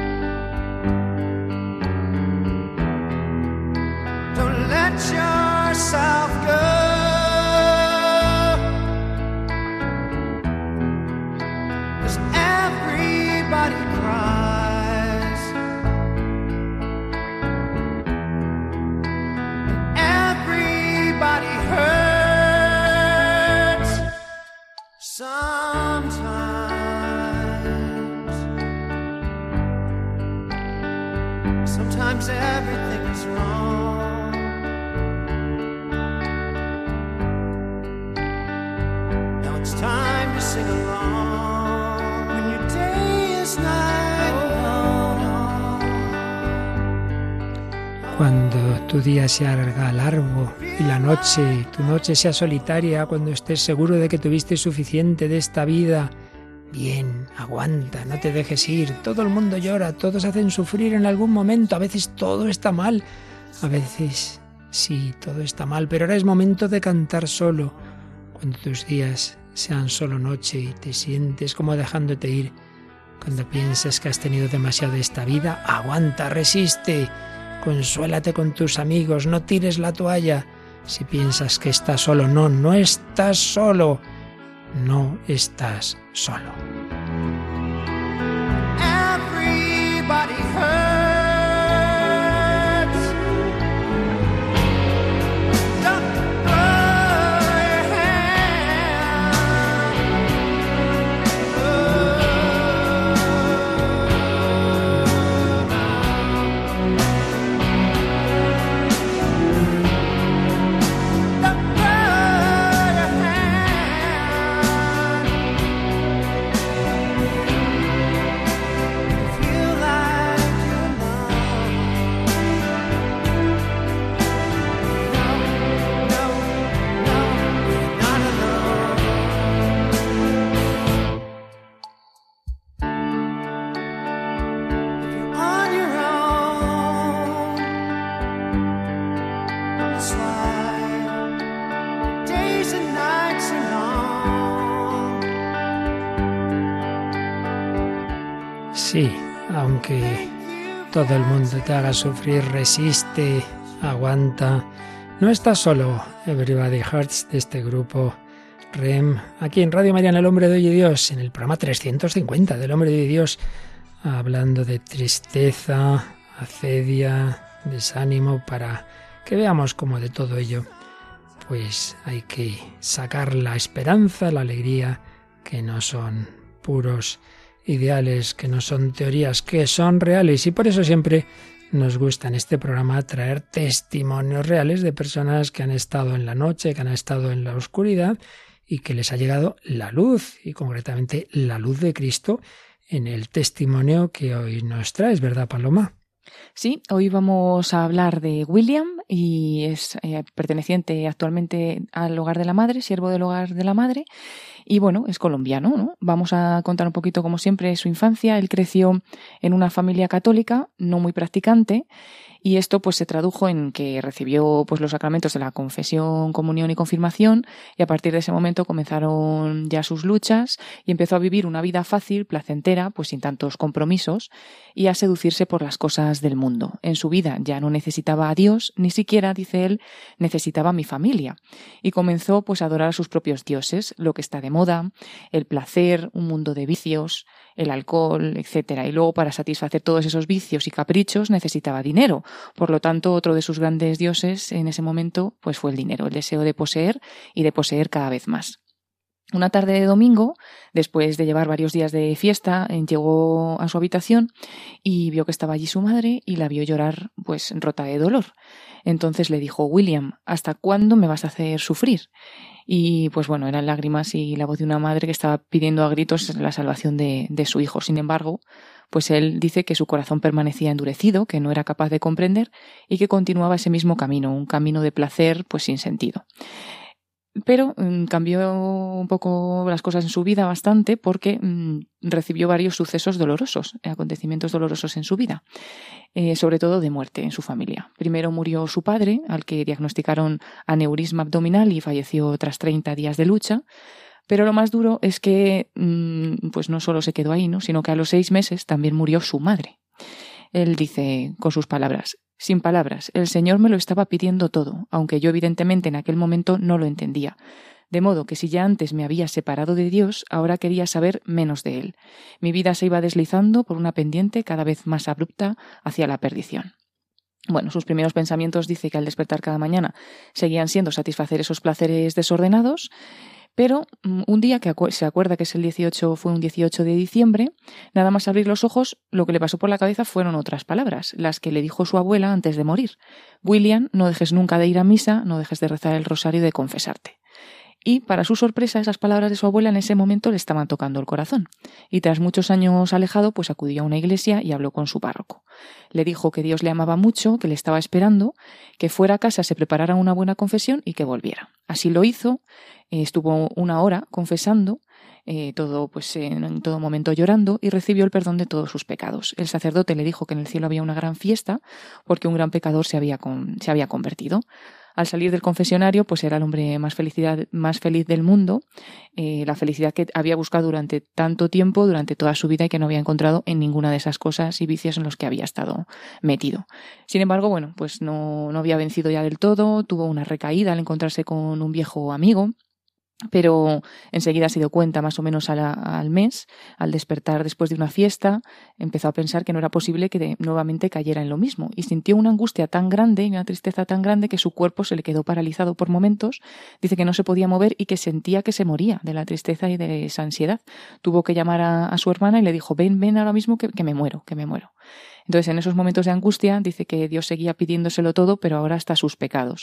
Don't let yourself go. 'Cause everybody cries. Sometimes everything is wrong. Now it's time to sing along. When your day is night alone. Cuando tu día se haga largo y tu noche sea solitaria, cuando estés seguro de que tuviste suficiente de esta vida, bien, aguanta, no te dejes ir. Todo el mundo llora, todos hacen sufrir en algún momento. A veces todo está mal. A veces sí, todo está mal. Pero ahora es momento de cantar solo. Cuando tus días sean solo noche y te sientes como dejándote ir. Cuando pienses que has tenido demasiado de esta vida, aguanta, resiste. Consuélate con tus amigos, no tires la toalla. Si piensas que estás solo, no estás solo. No estás solo. Everybody hurts. Don't throw your hand. Don't throw your hand. Feel like you're no, you're not alone. If you're on your own, on this life, days and nights are long. Sí, aunque todo el mundo te haga sufrir, resiste, aguanta. No estás solo. Everybody Hurts de este grupo REM, aquí en Radio María, en El Hombre de Hoy y Dios, en el programa 350 del Hombre de Hoy y Dios, hablando de tristeza, acedia, desánimo, para que veamos como de todo ello pues hay que sacar la esperanza, la alegría, que no son puros ideales, que no son teorías, que son reales. Y por eso siempre nos gusta en este programa traer testimonios reales de personas que han estado en la noche, que han estado en la oscuridad y que les ha llegado la luz, y concretamente la luz de Cristo en el testimonio que hoy nos traes, ¿verdad, Paloma? Sí, hoy vamos a hablar de William y es perteneciente actualmente al Hogar de la Madre, siervo del Hogar de la Madre, y bueno, es colombiano, ¿no? Vamos a contar un poquito, como siempre, su infancia. Él creció en una familia católica, no muy practicante, y esto pues se tradujo en que recibió pues los sacramentos de la confesión, comunión y confirmación, y a partir de ese momento comenzaron ya sus luchas y empezó a vivir una vida fácil, placentera, pues sin tantos compromisos, y a seducirse por las cosas del mundo. En su vida ya no necesitaba a Dios, ni siquiera, dice él, necesitaba a mi familia, y comenzó pues a adorar a sus propios dioses, lo que está de moda, el placer, un mundo de vicios, el alcohol, etcétera. Y luego, para satisfacer todos esos vicios y caprichos, necesitaba dinero. Por lo tanto, otro de sus grandes dioses en ese momento pues fue el dinero, el deseo de poseer y de poseer cada vez más. Una tarde de domingo, después de llevar varios días de fiesta, llegó a su habitación y vio que estaba allí su madre y la vio llorar pues rota de dolor. Entonces le dijo: William, ¿hasta cuándo me vas a hacer sufrir? Y pues bueno, eran lágrimas y la voz de una madre que estaba pidiendo a gritos la salvación de su hijo. Sin embargo, pues él dice que su corazón permanecía endurecido, que no era capaz de comprender y que continuaba ese mismo camino, un camino de placer pues sin sentido. Pero cambió un poco las cosas en su vida bastante porque recibió varios sucesos dolorosos, acontecimientos dolorosos en su vida, sobre todo de muerte en su familia. Primero murió su padre, al que diagnosticaron aneurisma abdominal y falleció tras 30 días de lucha. Pero lo más duro es que pues no solo se quedó ahí, ¿no?, sino que a los 6 meses también murió su madre. Él dice con sus palabras: sin palabras, el Señor me lo estaba pidiendo todo, aunque yo evidentemente en aquel momento no lo entendía. De modo que si ya antes me había separado de Dios, ahora quería saber menos de Él. Mi vida se iba deslizando por una pendiente cada vez más abrupta hacia la perdición. Bueno, sus primeros pensamientos, dice, que al despertar cada mañana seguían siendo satisfacer esos placeres desordenados. Pero un día, que se acuerda que es fue un 18 de diciembre, nada más abrir los ojos, lo que le pasó por la cabeza fueron otras palabras, las que le dijo su abuela antes de morir: William, no dejes nunca de ir a misa, no dejes de rezar el rosario y de confesarte. Y, para su sorpresa, esas palabras de su abuela en ese momento le estaban tocando el corazón. Y tras muchos años alejado, pues acudió a una iglesia y habló con su párroco. Le dijo que Dios le amaba mucho, que le estaba esperando, que fuera a casa, se preparara una buena confesión y que volviera. Así lo hizo, estuvo 1 hora confesando, en todo momento llorando, y recibió el perdón de todos sus pecados. El sacerdote le dijo que en el cielo había una gran fiesta porque un gran pecador se había convertido. Al salir del confesionario, pues era el hombre más feliz del mundo, la felicidad que había buscado durante tanto tiempo, durante toda su vida, y que no había encontrado en ninguna de esas cosas y vicios en los que había estado metido. Sin embargo, bueno, pues no había vencido ya del todo, tuvo una recaída al encontrarse con un viejo amigo, pero enseguida se dio cuenta, más o menos al mes, al despertar después de una fiesta, empezó a pensar que no era posible que nuevamente cayera en lo mismo, y sintió una angustia tan grande y una tristeza tan grande que su cuerpo se le quedó paralizado por momentos. Dice que no se podía mover y que sentía que se moría de la tristeza y de esa ansiedad. Tuvo que llamar a su hermana y le dijo: ven ahora mismo que me muero. Entonces, en esos momentos de angustia, dice que Dios seguía pidiéndoselo todo, pero ahora hasta sus pecados.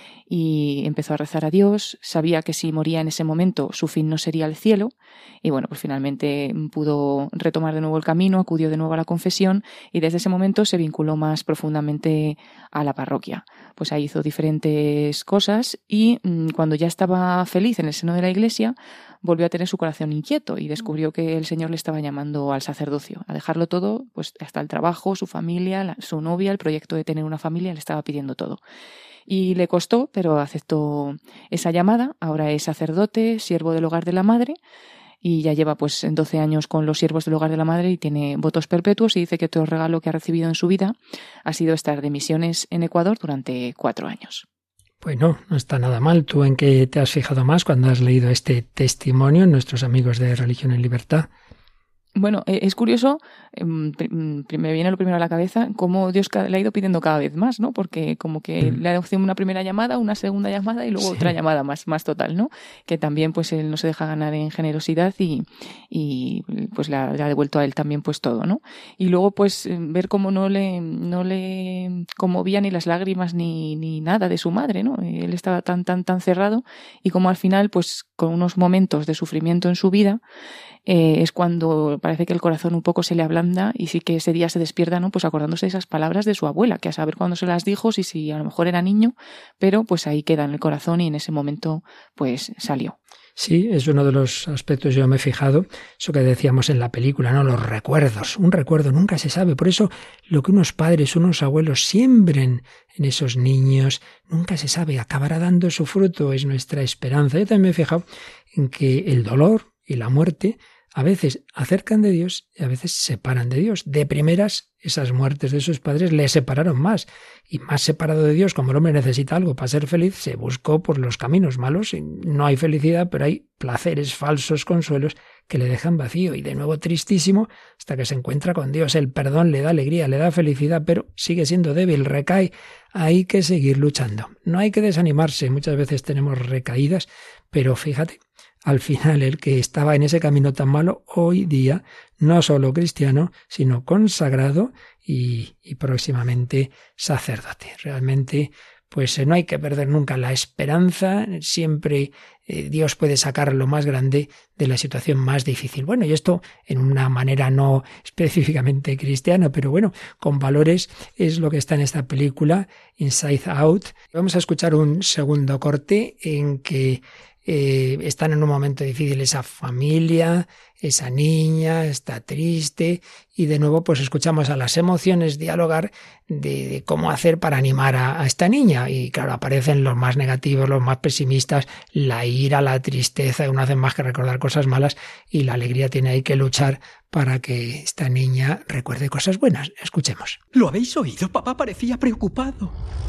Y empezó a rezar a Dios, sabía que si moría en ese momento su fin no sería el cielo, y bueno, pues finalmente pudo retomar de nuevo el camino, acudió de nuevo a la confesión y desde ese momento se vinculó más profundamente a la parroquia. Pues ahí hizo diferentes cosas y cuando ya estaba feliz en el seno de la iglesia, volvió a tener su corazón inquieto y descubrió que el Señor le estaba llamando al sacerdocio, a dejarlo todo, pues hasta el trabajo, su familia, su novia, el proyecto de tener una familia, le estaba pidiendo todo. Y le costó, pero aceptó esa llamada. Ahora es sacerdote, siervo del Hogar de la Madre, y ya lleva pues 12 años con los siervos del Hogar de la Madre y tiene votos perpetuos, y dice que todo el regalo que ha recibido en su vida ha sido estar de misiones en Ecuador durante 4 años. Bueno, no está nada mal. ¿Tú en qué te has fijado más cuando has leído este testimonio en nuestros amigos de Religión en Libertad? Bueno, es curioso, me viene lo primero a la cabeza, cómo Dios le ha ido pidiendo cada vez más, ¿no? Porque como que le ha hecho una primera llamada, una segunda llamada y luego otra llamada más total, ¿no? Que también pues él no se deja ganar en generosidad y pues le ha devuelto a él también pues todo, ¿no? Y luego pues ver cómo no le conmovían ni las lágrimas ni nada de su madre, ¿no? Él estaba tan cerrado y como al final pues con unos momentos de sufrimiento en su vida es cuando parece que el corazón un poco se le ablanda y sí que ese día se despierta, ¿no? Pues acordándose de esas palabras de su abuela, que a saber cuándo se las dijo, si a lo mejor era niño, pero pues ahí queda en el corazón y en ese momento pues salió. Sí, es uno de los aspectos, yo me he fijado, eso que decíamos en la película, ¿no? Los recuerdos. Un recuerdo nunca se sabe. Por eso lo que unos padres, unos abuelos siembren en esos niños, nunca se sabe. Acabará dando su fruto, es nuestra esperanza. Yo también me he fijado en que el dolor y la muerte a veces acercan de Dios y a veces separan de Dios. De primeras, esas muertes de sus padres le separaron más. Y más separado de Dios, como el hombre necesita algo para ser feliz, se buscó por los caminos malos. Y no hay felicidad, pero hay placeres, falsos consuelos que le dejan vacío. Y de nuevo tristísimo hasta que se encuentra con Dios. El perdón le da alegría, le da felicidad, pero sigue siendo débil, recae. Hay que seguir luchando. No hay que desanimarse. Muchas veces tenemos recaídas, pero fíjate, al final el que estaba en ese camino tan malo, hoy día, no solo cristiano, sino consagrado y próximamente sacerdote. Realmente, pues no hay que perder nunca la esperanza, siempre Dios puede sacar lo más grande de la situación más difícil. Bueno, y esto en una manera no específicamente cristiana, pero bueno, con valores es lo que está en esta película, Inside Out. Vamos a escuchar un segundo corte en que están en un momento difícil esa familia, esa niña está triste y de nuevo pues escuchamos a las emociones dialogar de cómo hacer para animar a esta niña y claro, aparecen los más negativos, los más pesimistas, la ira, la tristeza, no hacen más que recordar cosas malas y la alegría tiene ahí que luchar para que esta niña recuerde cosas buenas. Escuchemos. ¿Lo habéis oído? Papá parecía preocupado.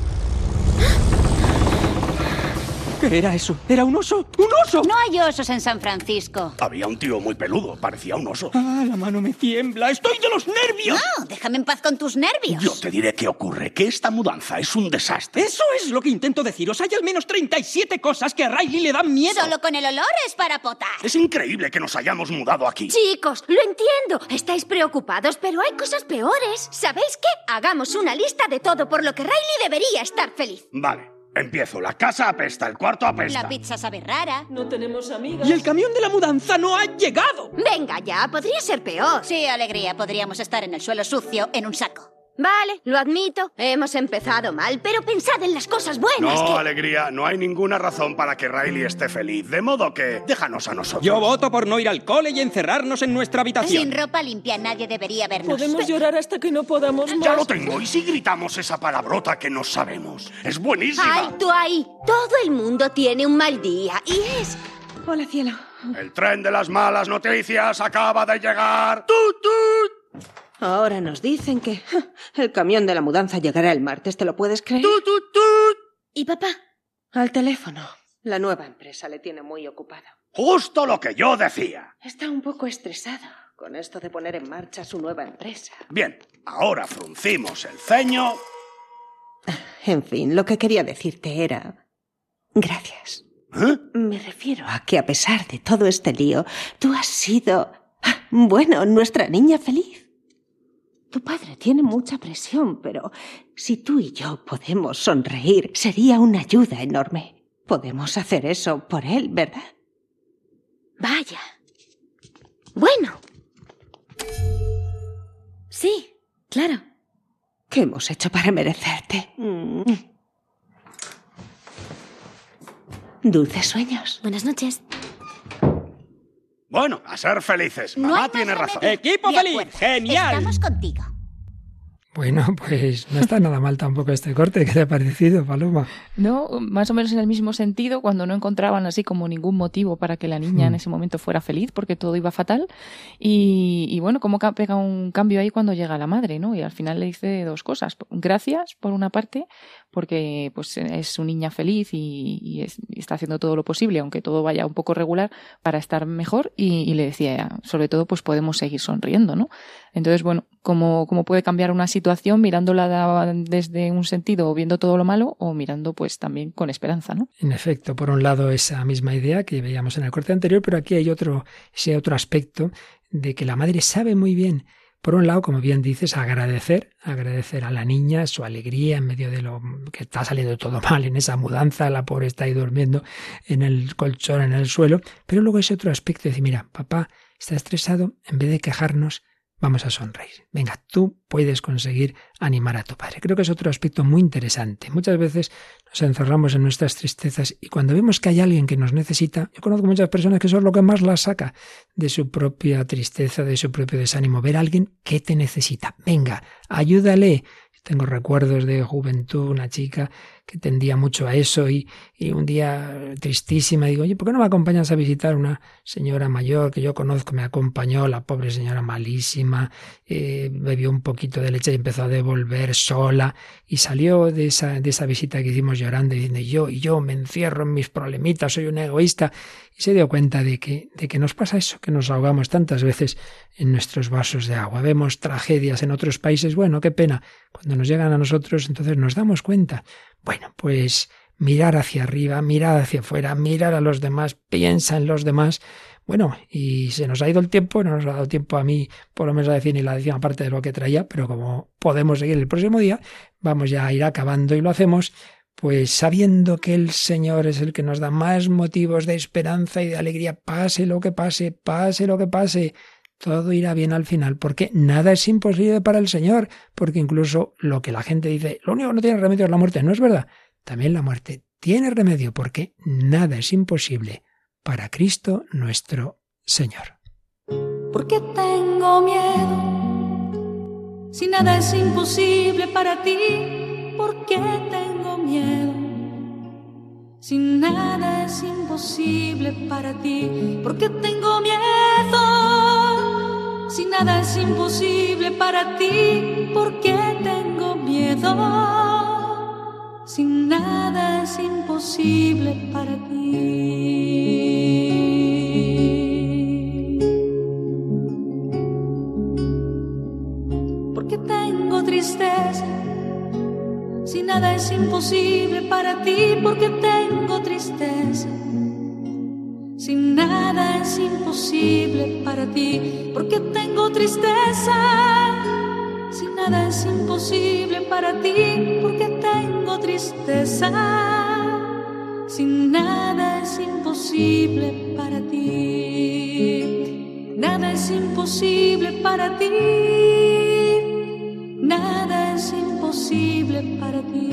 ¿Qué era eso? ¿Era un oso? ¡Un oso! No hay osos en San Francisco. Había un tío muy peludo, parecía un oso. ¡Ah, la mano me tiembla! ¡Estoy de los nervios! No, déjame en paz con tus nervios. Yo te diré qué ocurre, que esta mudanza es un desastre. Eso es lo que intento deciros. Hay al menos 37 cosas que a Riley le dan miedo. Solo con el olor es para potar. Es increíble que nos hayamos mudado aquí. Chicos, lo entiendo. Estáis preocupados, pero hay cosas peores. ¿Sabéis qué? Hagamos una lista de todo por lo que Riley debería estar feliz. Vale. Empiezo. La casa apesta, el cuarto apesta. La pizza sabe rara. No tenemos amigas. Y el camión de la mudanza no ha llegado. Venga ya, podría ser peor. Sí, alegría, podríamos estar en el suelo sucio en un saco. Vale, lo admito. Hemos empezado mal, pero pensad en las cosas buenas. No, alegría, no hay ninguna razón para que Riley esté feliz. De modo que, déjanos a nosotros. Yo voto por no ir al cole y encerrarnos en nuestra habitación. Sin ropa limpia nadie debería vernos. Podemos llorar hasta que no podamos más. Ya lo tengo, y si gritamos esa palabrota que no sabemos. Es buenísima. ¡Alto ahí! Todo el mundo tiene un mal día y es... Hola, cielo. El tren de las malas noticias acaba de llegar. ¡Tut, tut! Ahora nos dicen que el camión de la mudanza llegará el martes, ¿te lo puedes creer? ¡Tut, tut, tut! ¿Y papá? Al teléfono. La nueva empresa le tiene muy ocupado. Justo lo que yo decía. Está un poco estresado con esto de poner en marcha su nueva empresa. Bien, ahora fruncimos el ceño. En fin, lo que quería decirte era... Gracias. ¿Eh? Me refiero a que a pesar de todo este lío, tú has sido... bueno, nuestra niña feliz. Tu padre tiene mucha presión, pero si tú y yo podemos sonreír, sería una ayuda enorme. Podemos hacer eso por él, ¿verdad? Vaya. Bueno. Sí, claro. ¿Qué hemos hecho para merecerte? Dulces sueños. Buenas noches. Bueno, a ser felices. Mamá tiene razón. ¡Equipo feliz! ¡Genial! Estamos contigo. Bueno, pues no está nada mal tampoco este corte. ¿Qué te ha parecido, Paloma? No, más o menos en el mismo sentido, cuando no encontraban así como ningún motivo para que la niña en ese momento fuera feliz, porque todo iba fatal. Y bueno, cómo pega un cambio ahí cuando llega la madre, ¿no? Y al final le dice dos cosas. Gracias, por una parte, porque pues es su niña feliz y está haciendo todo lo posible, aunque todo vaya un poco regular, para estar mejor, y le decía, sobre todo, pues podemos seguir sonriendo, ¿no? Entonces, bueno, ¿cómo puede cambiar una situación mirándola desde un sentido o viendo todo lo malo, o mirando pues también con esperanza, ¿no? En efecto, por un lado esa misma idea que veíamos en el corte anterior, pero aquí hay ese otro aspecto de que la madre sabe muy bien, por un lado, como bien dices, agradecer a la niña su alegría en medio de lo que está saliendo todo mal en esa mudanza, la pobre está ahí durmiendo en el colchón, en el suelo, pero luego ese otro aspecto de decir, mira, papá está estresado, en vez de quejarnos, vamos a sonreír. Venga, tú puedes conseguir animar a tu padre. Creo que es otro aspecto muy interesante. Muchas veces nos encerramos en nuestras tristezas y cuando vemos que hay alguien que nos necesita, yo conozco muchas personas que eso es lo que más las saca de su propia tristeza, de su propio desánimo. Ver a alguien que te necesita. Venga, ayúdale. Tengo recuerdos de juventud, una chica que tendía mucho a eso y un día tristísima digo, oye, ¿por qué no me acompañas a visitar una señora mayor que yo conozco? Me acompañó, la pobre señora malísima, bebió un poquito de leche y empezó a devolver sola y salió de esa visita que hicimos llorando y diciendo, yo me encierro en mis problemitas, soy un egoísta. Y se dio cuenta de que nos pasa eso, que nos ahogamos tantas veces en nuestros vasos de agua. Vemos tragedias en otros países, bueno, qué pena. Cuando nos llegan a nosotros, entonces nos damos cuenta. Bueno, pues mirar hacia arriba, mirar hacia afuera, mirar a los demás, piensa en los demás. Bueno, y se nos ha ido el tiempo, no nos ha dado tiempo a mí, por lo menos a decir ni la décima parte de lo que traía, pero como podemos seguir el próximo día, vamos ya a ir acabando y lo hacemos pues sabiendo que el Señor es el que nos da más motivos de esperanza y de alegría, pase lo que pase, pase lo que pase, todo irá bien al final, porque nada es imposible para el Señor, porque incluso lo que la gente dice, lo único que no tiene remedio es la muerte, no es verdad. También la muerte tiene remedio, porque nada es imposible para Cristo nuestro Señor. ¿Por qué tengo miedo? Si nada es imposible para ti, ¿por qué tengo miedo? Si nada es imposible para ti, ¿por qué tengo miedo? Si nada es imposible para ti, ¿por qué tengo miedo? Si nada es imposible para ti. ¿Por qué tengo tristeza? Si nada es imposible para ti, porque tengo tristeza. Si nada es imposible para ti, porque tengo tristeza. Si nada es imposible para ti, porque tengo tristeza. Si nada es imposible para ti, nada es imposible para ti. Nada es imposible para ti.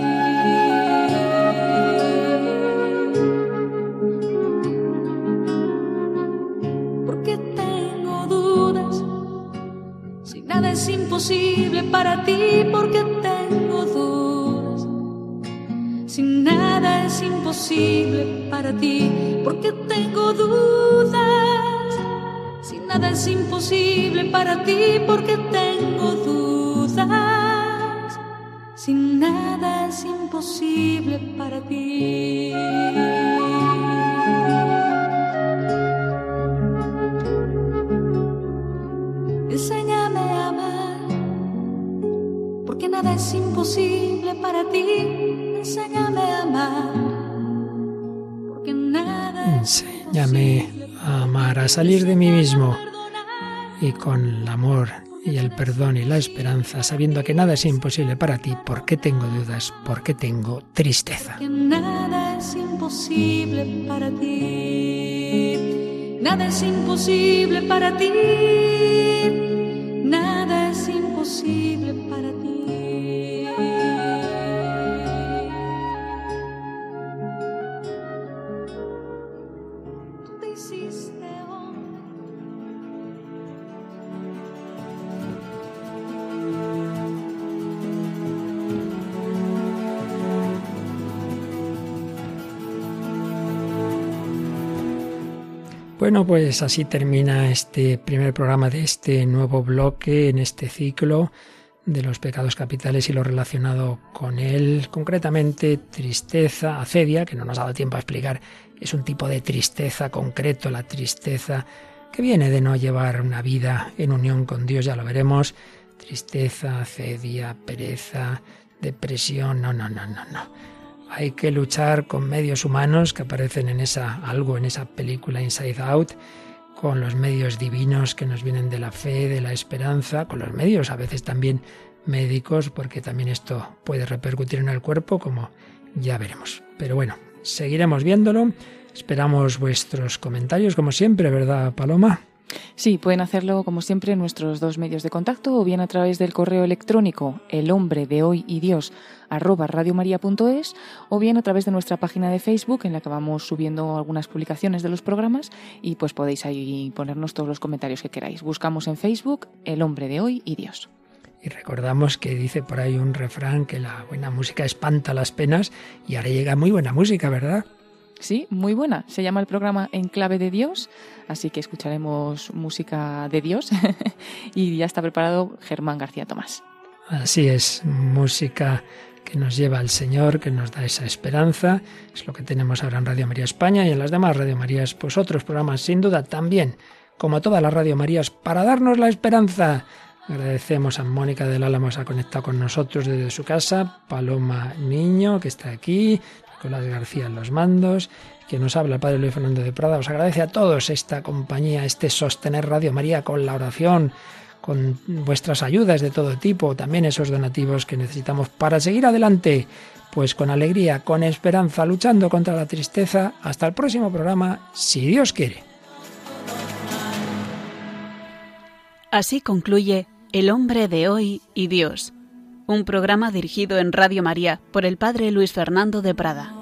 ¿Por qué tengo dudas? Si nada es imposible para ti, ¿por qué tengo dudas? Si nada es imposible para ti, ¿por qué tengo dudas? Si nada es imposible para ti, ¿por qué tengo dudas? Si nada es imposible para ti. Enséñame a amar, porque nada es imposible para ti. Enséñame a amar, porque nada es imposible. Enséñame a amar, a salir de mí mismo y con el amor y el perdón y la esperanza, sabiendo que nada es imposible para ti, porque tengo dudas, porque tengo tristeza. Que nada es imposible para ti, nada es imposible para ti, nada es imposible para ti. Tú te hiciste hombre. Bueno, pues así termina este primer programa de este nuevo bloque en este ciclo de los pecados capitales y lo relacionado con él, concretamente tristeza, acedia, que no nos ha dado tiempo a explicar, es un tipo de tristeza concreto, la tristeza que viene de no llevar una vida en unión con Dios, ya lo veremos, tristeza, acedia, pereza, depresión, no. Hay que luchar con medios humanos que aparecen en esa película Inside Out, con los medios divinos que nos vienen de la fe, de la esperanza, con los medios a veces también médicos, porque también esto puede repercutir en el cuerpo, como ya veremos. Pero bueno, seguiremos viéndolo. Esperamos vuestros comentarios, como siempre, ¿verdad, Paloma? Sí, pueden hacerlo como siempre en nuestros 2 medios de contacto, o bien a través del correo electrónico elhombredehoyydios@radiomaria.es, o bien a través de nuestra página de Facebook, en la que vamos subiendo algunas publicaciones de los programas, y pues podéis ahí ponernos todos los comentarios que queráis. Buscamos en Facebook El Hombre de Hoy y Dios. Y recordamos que dice por ahí un refrán que la buena música espanta las penas, y ahora llega muy buena música, ¿verdad? Sí, muy buena. Se llama el programa En Clave de Dios, así que escucharemos música de Dios y ya está preparado Germán García Tomás. Así es, música que nos lleva al Señor, que nos da esa esperanza. Es lo que tenemos ahora en Radio María España y en las demás Radio Marías, pues otros programas sin duda también, como todas las Radio Marías, para darnos la esperanza. Agradecemos a Mónica del Álamo, se ha conectado con nosotros desde su casa, Paloma Niño, que está aquí, Nicolás García en los mandos, que nos habla el Padre Luis Fernando de Prada. Os agradece a todos esta compañía, este sostener Radio María con la oración, con vuestras ayudas de todo tipo, también esos donativos que necesitamos para seguir adelante, pues con alegría, con esperanza, luchando contra la tristeza. Hasta el próximo programa, si Dios quiere. Así concluye El Hombre de Hoy y Dios, un programa dirigido en Radio María por el Padre Luis Fernando de Prada.